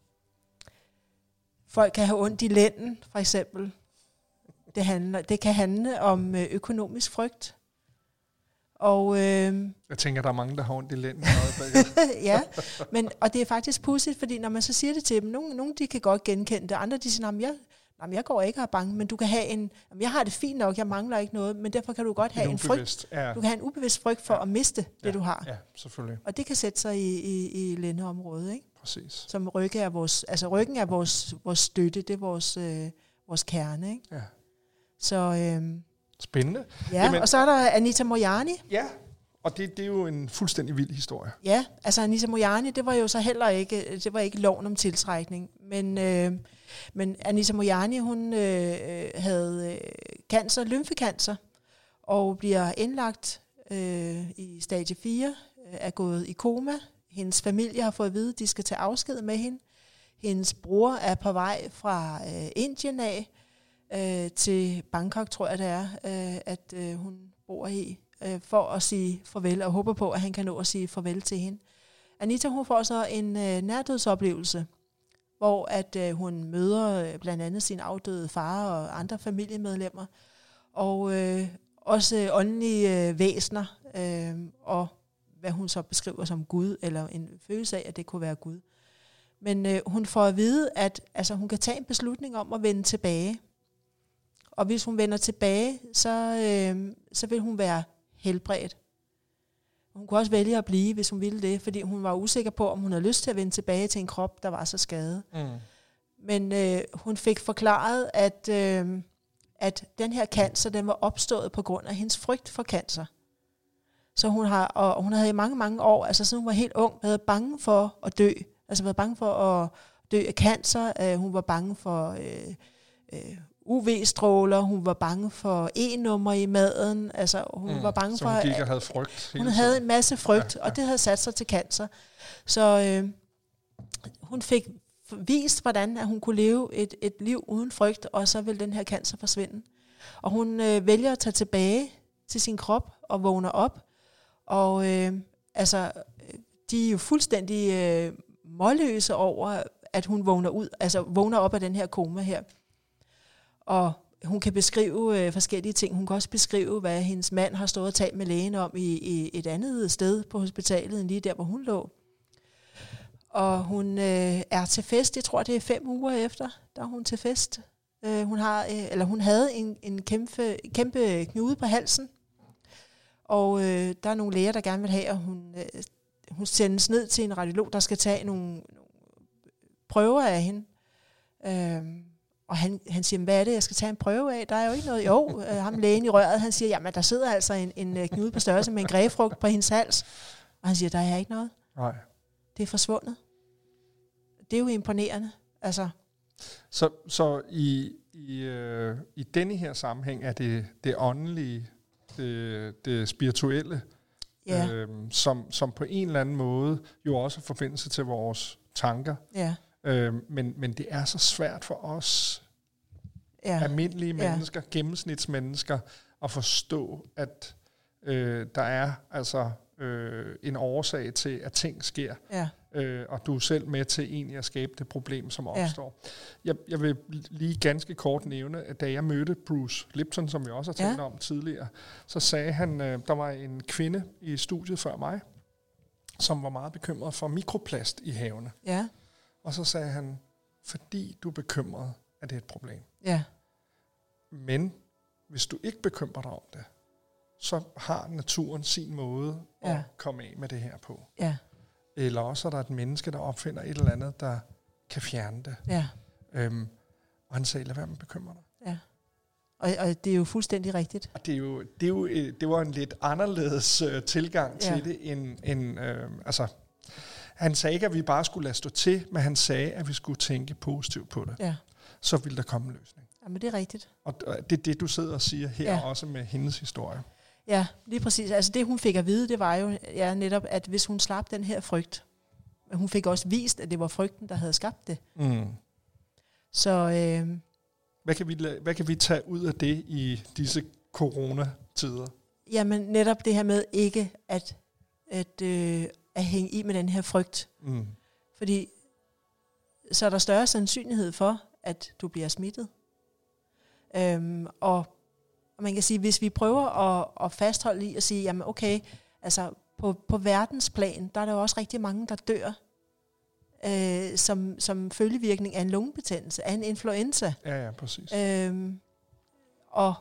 folk kan have ondt i lænden, for eksempel. Det, handler, det kan handle om økonomisk frygt. Og, øh, jeg tænker, der er mange, der har ondt i lænden. Ja, men, og det er faktisk pudsigt, fordi når man så siger det til dem, nogle, nogle de kan godt genkende det, andre de siger, nej, jeg, nej, jeg går ikke og er bange, men du kan have en, jeg har det fint nok, jeg mangler ikke noget, men derfor kan du godt have en frygt. Ja. Du kan have en ubevidst frygt for ja. at miste det, ja. du har. Ja, selvfølgelig. Og det kan sætte sig i, i, i lændeområdet, ikke? Præcis. Som ryggen er vores, altså ryggen er vores, vores støtte, det er vores, øh, vores kerne, ikke? Ja. Så, øh, spændende. Ja, Jamen, og så er der Anita Moyani. Ja, og det, det er jo en fuldstændig vild historie. Ja, altså Anita Moyani, det var jo så heller ikke, det var ikke loven om tiltrækning, men, øh, men Anita Moyani, hun øh, havde øh, cancer, lymfekancer, og bliver indlagt øh, i stadie fire, øh, er gået i koma. Hendes familie har fået at vide, at de skal tage afsked med hende. Hendes bror er på vej fra øh, Indien af, øh, til Bangkok, tror jeg det er, øh, at øh, hun bor i, øh, for at sige farvel, og håber på, at han kan nå at sige farvel til hende. Anita, hun får så en øh, nærdødsoplevelse, hvor at øh, hun møder øh, blandt andet sin afdøde far og andre familiemedlemmer, og øh, også åndelige øh, væsener, øh, og hvad hun så beskriver som Gud, eller en følelse af, at det kunne være Gud. Men øh, hun får at vide, at altså, hun kan tage en beslutning om at vende tilbage. Og hvis hun vender tilbage, så, øh, så vil hun være helbredt. Hun kunne også vælge at blive, hvis hun ville det, fordi hun var usikker på, om hun havde lyst til at vende tilbage til en krop, der var så skadet. Mm. Men øh, hun fik forklaret, at, øh, at den her cancer, den var opstået på grund af hendes frygt for cancer. Så hun har, og hun havde i mange, mange år, altså siden hun var helt ung, været bange for at dø. Altså været bange for at dø af cancer. Uh, hun var bange for øh, øh, U V-stråler. Hun var bange for E-nummer i maden. Altså hun mm, var bange så for... hun gik og havde frygt. Hun havde en masse frygt, ja, ja. Og det havde sat sig til cancer. Så øh, hun fik vist, hvordan at hun kunne leve et, et liv uden frygt, og så ville den her cancer forsvinde. Og hun øh, vælger at tage tilbage til sin krop og vågner op. Og øh, altså, de er jo fuldstændig øh, målløse over, at hun vågner ud, altså vågner op af den her koma her. Og hun kan beskrive øh, forskellige ting. Hun kan også beskrive, hvad hendes mand har stået og talt med lægen om i, i et andet sted på hospitalet, end lige der, hvor hun lå. Og hun øh, er til fest, jeg tror, det er fem uger efter, der er hun til fest. Øh, hun, har, øh, eller hun havde en, en kæmpe, kæmpe knude på halsen, og øh, der er nogle læger, der gerne vil have, at hun, øh, hun sendes ned til en radiolog, der skal tage nogle, nogle prøver af hende. Øh, og han, han siger, hvad er det, jeg skal tage en prøve af? Der er jo ikke noget. Jo, øh, ham lægen i røret, han siger, jamen der sidder altså en, en knude på størrelse med en græfrugt på hendes hals. Og han siger, der er ikke noget. Nej. Det er forsvundet. Det er jo imponerende. Altså. Så, så i, i, øh, i denne her sammenhæng er det det åndelige, det, det spirituelle, ja. øh, som, som på en eller anden måde jo også har forbindelse til vores tanker. Ja. Øh, men, men det er så svært for os ja. almindelige mennesker, ja. gennemsnitsmennesker, at forstå, at øh, der er altså øh, en årsag til, at ting sker. Ja. Øh, og du er selv med til egentlig at skabe det problem, som opstår. Ja. Jeg, jeg vil lige ganske kort nævne, at da jeg mødte Bruce Lipton, som vi også har talt ja. om tidligere, så sagde han, øh, der var en kvinde i studiet før mig, som var meget bekymret for mikroplast i havene. Ja. Og så sagde han, fordi du er bekymret, er det et problem. Ja. Men hvis du ikke bekymrer dig om det, så har naturen sin måde ja. at komme af med det her på. Ja. Eller også er der et menneske, der opfinder et eller andet, der kan fjerne det. Ja. Øhm, og han sagde, lad være med at bekymre dig. Ja. Og, og det er jo fuldstændig rigtigt. Og det, er jo, det, er jo, det var en lidt anderledes øh, tilgang ja. til det, end, end øh, altså, han sagde ikke, at vi bare skulle lade stå til, men han sagde, at vi skulle tænke positivt på det. Ja. Så ville der komme en løsning. Jamen det er rigtigt. Og det er det, du sidder og siger her, ja. også med hendes historie. Ja, lige præcis. Altså det, hun fik at vide, det var jo ja, netop, at hvis hun slap den her frygt, hun fik også vist, at det var frygten, der havde skabt det. Mm. Så... Øh, hvad, kan vi, hvad kan vi tage ud af det i disse coronatider? Jamen netop det her med ikke at, at, øh, at hænge i med den her frygt. Mm. Fordi så er der større sandsynlighed for, at du bliver smittet. Øhm, og Og man kan sige, hvis vi prøver at, at fastholde i at sige, jamen okay, altså på, på verdensplan, der er der jo også rigtig mange, der dør øh, som, som følgevirkning af en lungebetændelse, af en influenza. Ja, ja, præcis. Øhm, og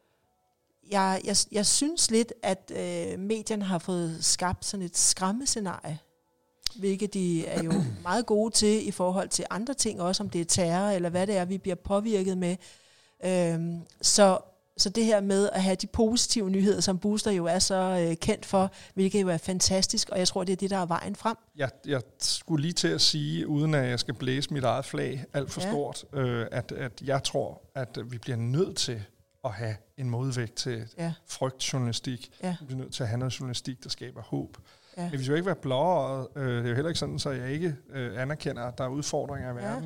jeg, jeg, jeg synes lidt, at øh, medierne har fået skabt sådan et skræmmescenarie, hvilket de er jo meget gode til i forhold til andre ting, også om det er terror, eller hvad det er, vi bliver påvirket med. Øhm, så Så det her med at have de positive nyheder, som Booster jo er så øh, kendt for, hvilket jo er fantastisk, og jeg tror, det er det, der er vejen frem. Jeg, jeg skulle lige til at sige, uden at jeg skal blæse mit eget flag alt for ja. stort, øh, at, at jeg tror, at vi bliver nødt til at have en modvægt til ja. frygtjournalistik. Ja. Vi bliver nødt til at have noget journalistik, der skaber håb. Ja. Men vi skal jo ikke være blåøjet. Øh, det er jo heller ikke sådan, så jeg ikke øh, anerkender, at der er udfordringer i verden. Ja.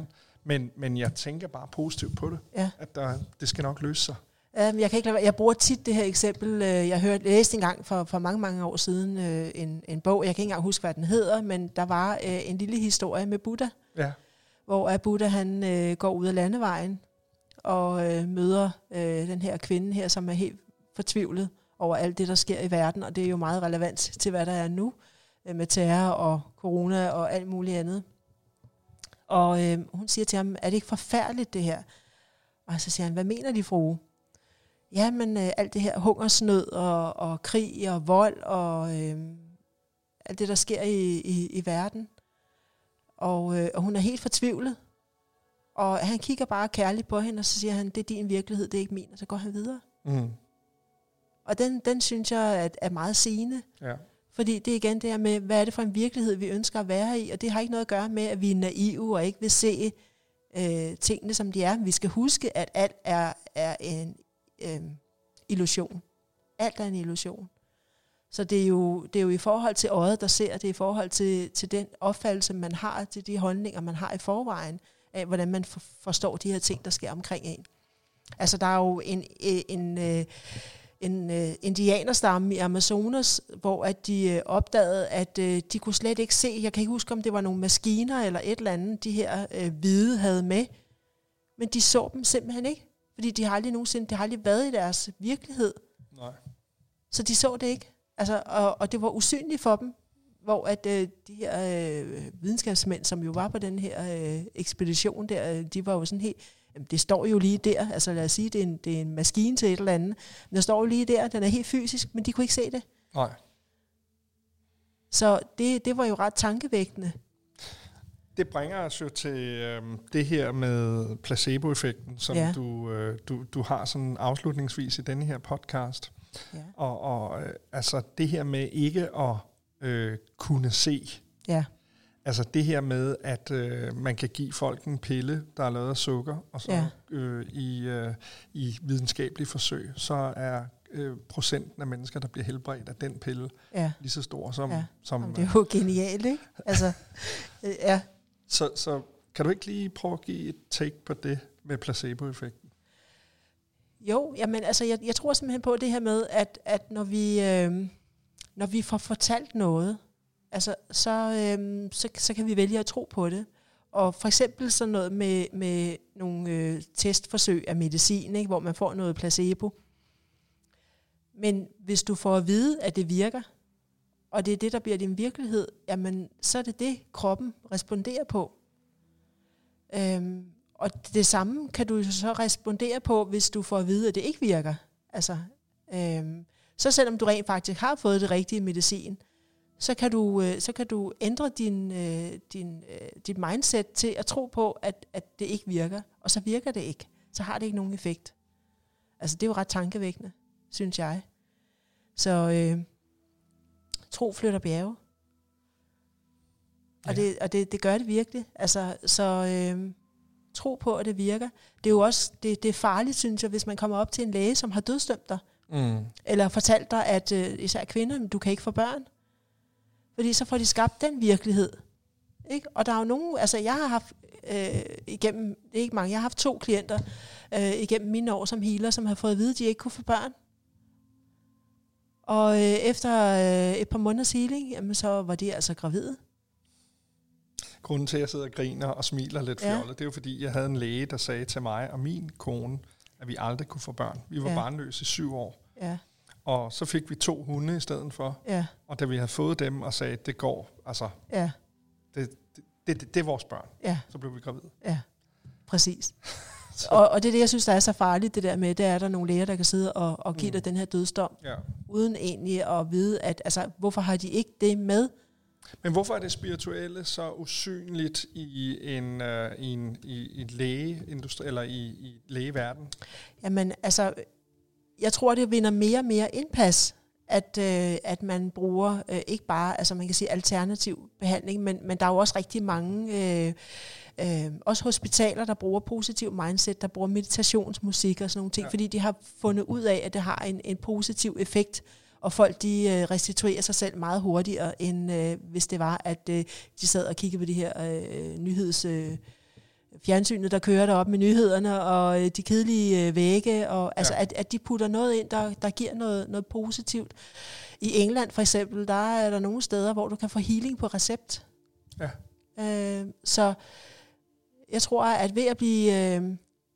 Men, men jeg tænker bare positivt på det, ja. at der, det skal nok løse sig. Um, jeg kan ikke lade være. Jeg bruger tit det her eksempel. Jeg hørte, læste engang for, for mange, mange år siden uh, en, en bog. Jeg kan ikke engang huske, hvad den hedder, men der var uh, en lille historie med Buddha, ja. hvor Buddha han uh, går ud af landevejen og uh, møder uh, den her kvinde her, som er helt fortvivlet over alt det, der sker i verden, og det er jo meget relevant til, hvad der er nu, uh, med terror og corona og alt muligt andet. Og uh, hun siger til ham, er det ikke forfærdeligt det her? Og så siger han, hvad mener de, frue? Ja, men øh, alt det her hungersnød og, og krig og vold og øh, alt det, der sker i, i, i verden. Og, øh, og hun er helt fortvivlet. Og han kigger bare kærligt på hende, og så siger han, det er din virkelighed, det er ikke min. Og så går han videre. Mm. Og den, den synes jeg er, er meget sigende. Ja. Fordi det er igen det her med, hvad er det for en virkelighed, vi ønsker at være i. Og det har ikke noget at gøre med, at vi er naive og ikke vil se øh, tingene, som de er. Vi skal huske, at alt er, er en Øhm, illusion. Alt er en illusion. Så det er, jo, det er jo i forhold til øjet, der ser, det er i forhold til, til den opfattelse, man har, til de holdninger, man har i forvejen, af hvordan man for, forstår de her ting, der sker omkring en. Altså der er jo en, en, en, en, en indianerstamme i Amazonas, hvor at de opdagede, at de kunne slet ikke se, jeg kan ikke huske, om det var nogle maskiner eller et eller andet, de her øh, hvide havde med, men de så dem simpelthen ikke. Fordi de har aldrig nogensinde, det har aldrig været i deres virkelighed. Nej. Så de så det ikke. Altså, og, og det var usynligt for dem, hvor at øh, de her øh, videnskabsmænd, som jo var på den her øh, ekspedition der, de var jo sådan helt, jamen, det står jo lige der, altså lad os sige, det er en, det er en maskine til et eller andet, men der står jo lige der, den er helt fysisk, men de kunne ikke se det. Nej. Så det, det var jo ret tankevækkende. Det bringer os jo til øh, det her med placeboeffekten, som ja. du, øh, du, du har sådan afslutningsvis i denne her podcast. Ja. Og, og øh, altså det her med ikke at øh, kunne se. Ja. Altså det her med, at øh, man kan give folk en pille, der er lavet af sukker, og så ja. øh, i, øh, i videnskabelige forsøg, så er øh, procenten af mennesker, der bliver helbredt af den pille, ja. lige så stor som... Ja. som Jamen, det er jo genialt, ikke? Altså, øh, ja. Så, så kan du ikke lige prøve at give et take på det med placeboeffekten? Jo, jamen altså jeg, jeg tror simpelthen på det her med, at, at når vi øh, når vi får fortalt noget, altså så, øh, så, så kan vi vælge at tro på det. Og for eksempel sådan noget med, med nogle øh, testforsøg af medicin, ikke, hvor man får noget placebo. Men hvis du får at vide, at det virker, og det er det, der bliver din virkelighed, jamen så er det det, kroppen responderer på. Øhm, og det samme kan du så respondere på, hvis du får at vide, at det ikke virker. Altså, øhm, så selvom du rent faktisk har fået det rigtige medicin, så kan du, øh, så kan du ændre din, øh, din, øh, dit mindset til at tro på, at, at det ikke virker. Og så virker det ikke. Så har det ikke nogen effekt. Altså det er jo ret tankevækkende, synes jeg. Så øh, tro flytter bjerge. Og, ja. det, og det, det gør det virkelig. Altså, så øh, tro på, at det virker. Det er jo også det, det er farligt, synes jeg, hvis man kommer op til en læge, som har dødsdømt dig. Mm. Eller fortalt dig, at øh, især kvinder, du kan ikke få børn. Fordi så får de skabt den virkelighed. Ikke? Og der er jo nogen, altså jeg har haft øh, igennem, det er ikke mange, jeg har haft to klienter øh, igennem mine år som healer, som har fået at vide, at de ikke kunne få børn. Og øh, efter øh, et par måneders healing, jamen, så var de altså gravide. Grunden til, at jeg sidder og griner og smiler lidt fjollet, ja. det er jo fordi, jeg havde en læge, der sagde til mig og min kone, at vi aldrig kunne få børn. Vi var ja. barnløse i syv år. Ja. Og så fik vi to hunde i stedet for. Ja. Og da vi havde fået dem og sagde, at det går, altså, ja. det, det, det, det, det er vores børn, ja. så blev vi gravide. Ja, præcis. og, og det er det, jeg synes, der er så farligt, det der med, det er, der nogle læger, der kan sidde og, og give mm. dig den her dødsdom, ja. uden egentlig at vide, at altså, hvorfor har de ikke det med? Men hvorfor er det spirituelle så usynligt i en, uh, i en i, i lægeindustri eller i, i lægeverden? Jamen, altså, jeg tror, det vinder mere og mere indpas, at øh, at man bruger øh, ikke bare, altså man kan sige alternativ behandling, men men der er jo også rigtig mange øh, øh, også hospitaler, der bruger positiv mindset, der bruger meditationsmusik og sådan nogle ting, ja. fordi de har fundet ud af, at det har en en positiv effekt. Og folk, de øh, restituerer sig selv meget hurtigere, end øh, hvis det var, at øh, de sad og kiggede på de her øh, nyheds... Øh, fjernsynet, der kører derop med nyhederne, og øh, de kedelige øh, vægge, og altså, ja. at, at de putter noget ind, der, der giver noget, noget positivt. I England for eksempel, der er der nogle steder, hvor du kan få healing på recept. Ja. Øh, så jeg tror, at ved at blive øh,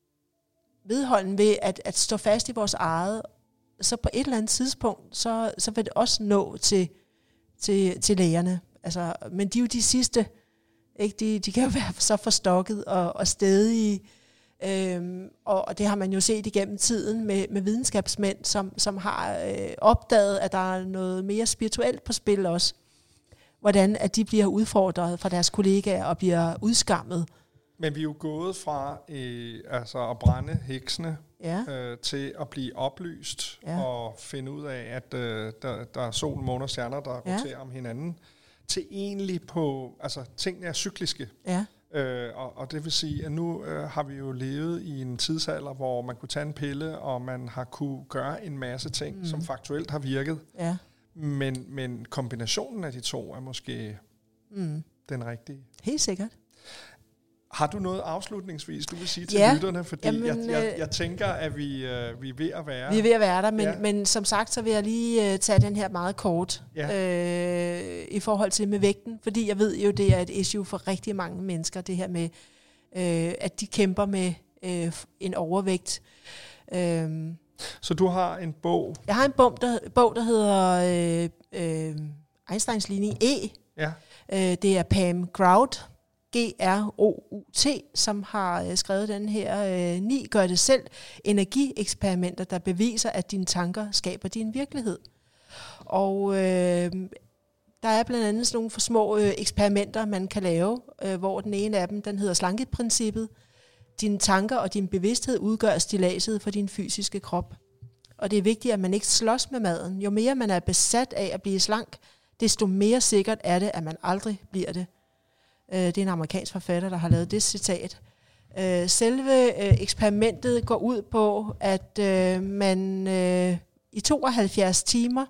vedholden ved at, at stå fast i vores eget, så på et eller andet tidspunkt, så, så vil det også nå til, til, til lægerne. Altså, men de er jo de sidste, ikke? De, de kan jo være så forstokket og, og stedige, øhm, og, og det har man jo set igennem tiden med, med videnskabsmænd, som, som har øh, opdaget, at der er noget mere spirituelt på spil også. Hvordan at de bliver udfordret fra deres kollegaer og bliver udskammet. Men vi er jo gået fra øh, altså at brænde heksene ja. øh, til at blive oplyst ja. og finde ud af, at øh, der, der er sol, måne og stjerner, der ja. roterer om hinanden, til egentlig på, altså tingene er cykliske. Ja. Øh, og, og det vil sige, at nu øh, har vi jo levet i en tidsalder, hvor man kunne tage en pille, og man har kunne gøre en masse ting, mm. som faktuelt har virket. Ja. Men, men kombinationen af de to er måske mm. den rigtige. Helt sikkert. Har du noget afslutningsvis, du vil sige til ja. lytterne? Fordi Jamen, jeg, jeg, jeg tænker, at vi, øh, vi er ved at være... Vi er ved at være der, men, ja. men som sagt, så vil jeg lige øh, tage den her meget kort ja. øh, i forhold til med vægten. Fordi jeg ved jo, det er et issue for rigtig mange mennesker, det her med, øh, at de kæmper med øh, en overvægt. Øh, så du har en bog? Jeg har en bog, der, bog, der hedder øh, øh, Einsteins ligning E. Ja. Øh, det er Pam Grout, G R O U T, som har øh, skrevet den her øh, ni gør det selv energieksperimenter, der beviser, at dine tanker skaber din virkelighed. Og øh, der er blandt andet sådan nogle for små øh, eksperimenter, man kan lave, øh, hvor den ene af dem, den hedder slankeprincippet. Dine tanker og din bevidsthed udgør stilladset for din fysiske krop. Og det er vigtigt, at man ikke slås med maden. Jo mere man er besat af at blive slank, desto mere sikkert er det, at man aldrig bliver det. Det er en amerikansk forfatter, der har lavet det citat. Selve eksperimentet går ud på, at man i tooghalvfjerds timer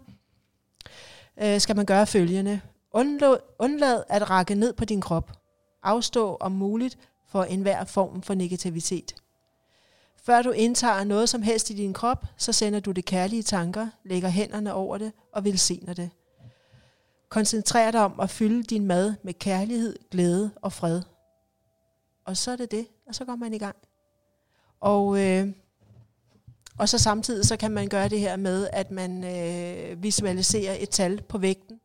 skal man gøre følgende. Undlad at rakke ned på din krop. Afstå om muligt for enhver form for negativitet. Før du indtager noget som helst i din krop, så sender du det kærlige tanker, lægger hænderne over det og velsigner det. Koncentrer dig om at fylde din mad med kærlighed, glæde og fred. Og så er det det, og så går man i gang. Og, øh, og så samtidig så kan man gøre det her med, at man øh, visualiserer et tal på vægten.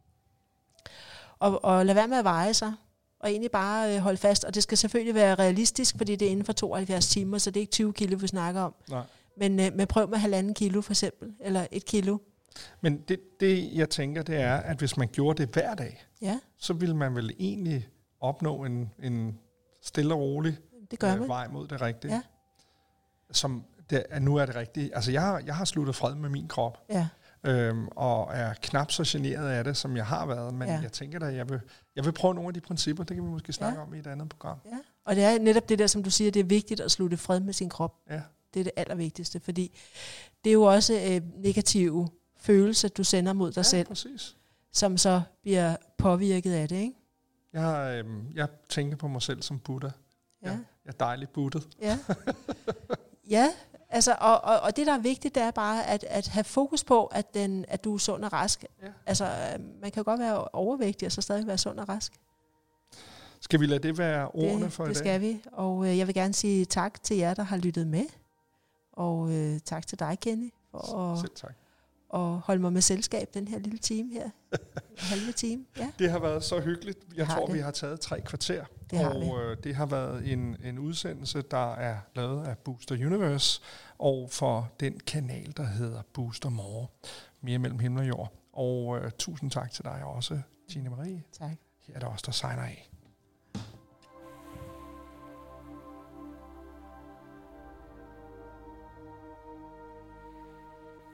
Og, og lad være med at veje sig, og egentlig bare øh, holde fast. Og det skal selvfølgelig være realistisk, fordi det er inden for tooghalvfjerds timer, så det er ikke tyve kilo, vi snakker om. Nej. Men, øh, men prøv med halvanden kilo for eksempel, eller et kilo. Men det, det, jeg tænker, det er, at hvis man gjorde det hver dag, ja. så ville man vel egentlig opnå en, en stille og rolig det gør øh, man. vej mod det rigtige. Ja. Som det, nu er det rigtige. Altså, jeg har, jeg har sluttet fred med min krop, ja. øhm, og er knap så generet af det, som jeg har været. Men ja. jeg tænker da, jeg vil, jeg vil prøve nogle af de principper, det kan vi måske snakke ja. om i et andet program. Ja. Og det er netop det der, som du siger, det er vigtigt at slutte fred med sin krop. Ja. Det er det allervigtigste, fordi det er jo også øh, negative følelse, du sender mod dig ja, selv, præcis. Som så bliver påvirket af det, ikke? Jeg, øh, jeg tænker på mig selv som Buddha. Ja. Jeg, jeg er dejligt buttet. Ja, ja altså, og, og, og det, der er vigtigt, det er bare at, at have fokus på, at, den, at du er sund og rask. Ja. Altså, man kan jo godt være overvægtig, og så stadig være sund og rask. Skal vi lade det være ordene det, for det i dag? Det skal vi, og øh, jeg vil gerne sige tak til jer, der har lyttet med. Og øh, tak til dig, Kenny, for at... Selv tak. Og holde mig med selskab den her lille time her. halve time, ja. Det har været så hyggeligt. Jeg har tror, det. vi har taget tre kvarter. Det har og øh, det har været en, en udsendelse, der er lavet af Booster Universe, og for den kanal, der hedder Booster More. Mere mellem himmel og jord. Og øh, tusind tak til dig også, Tine Marie. Tak. Her er der også, der signer af.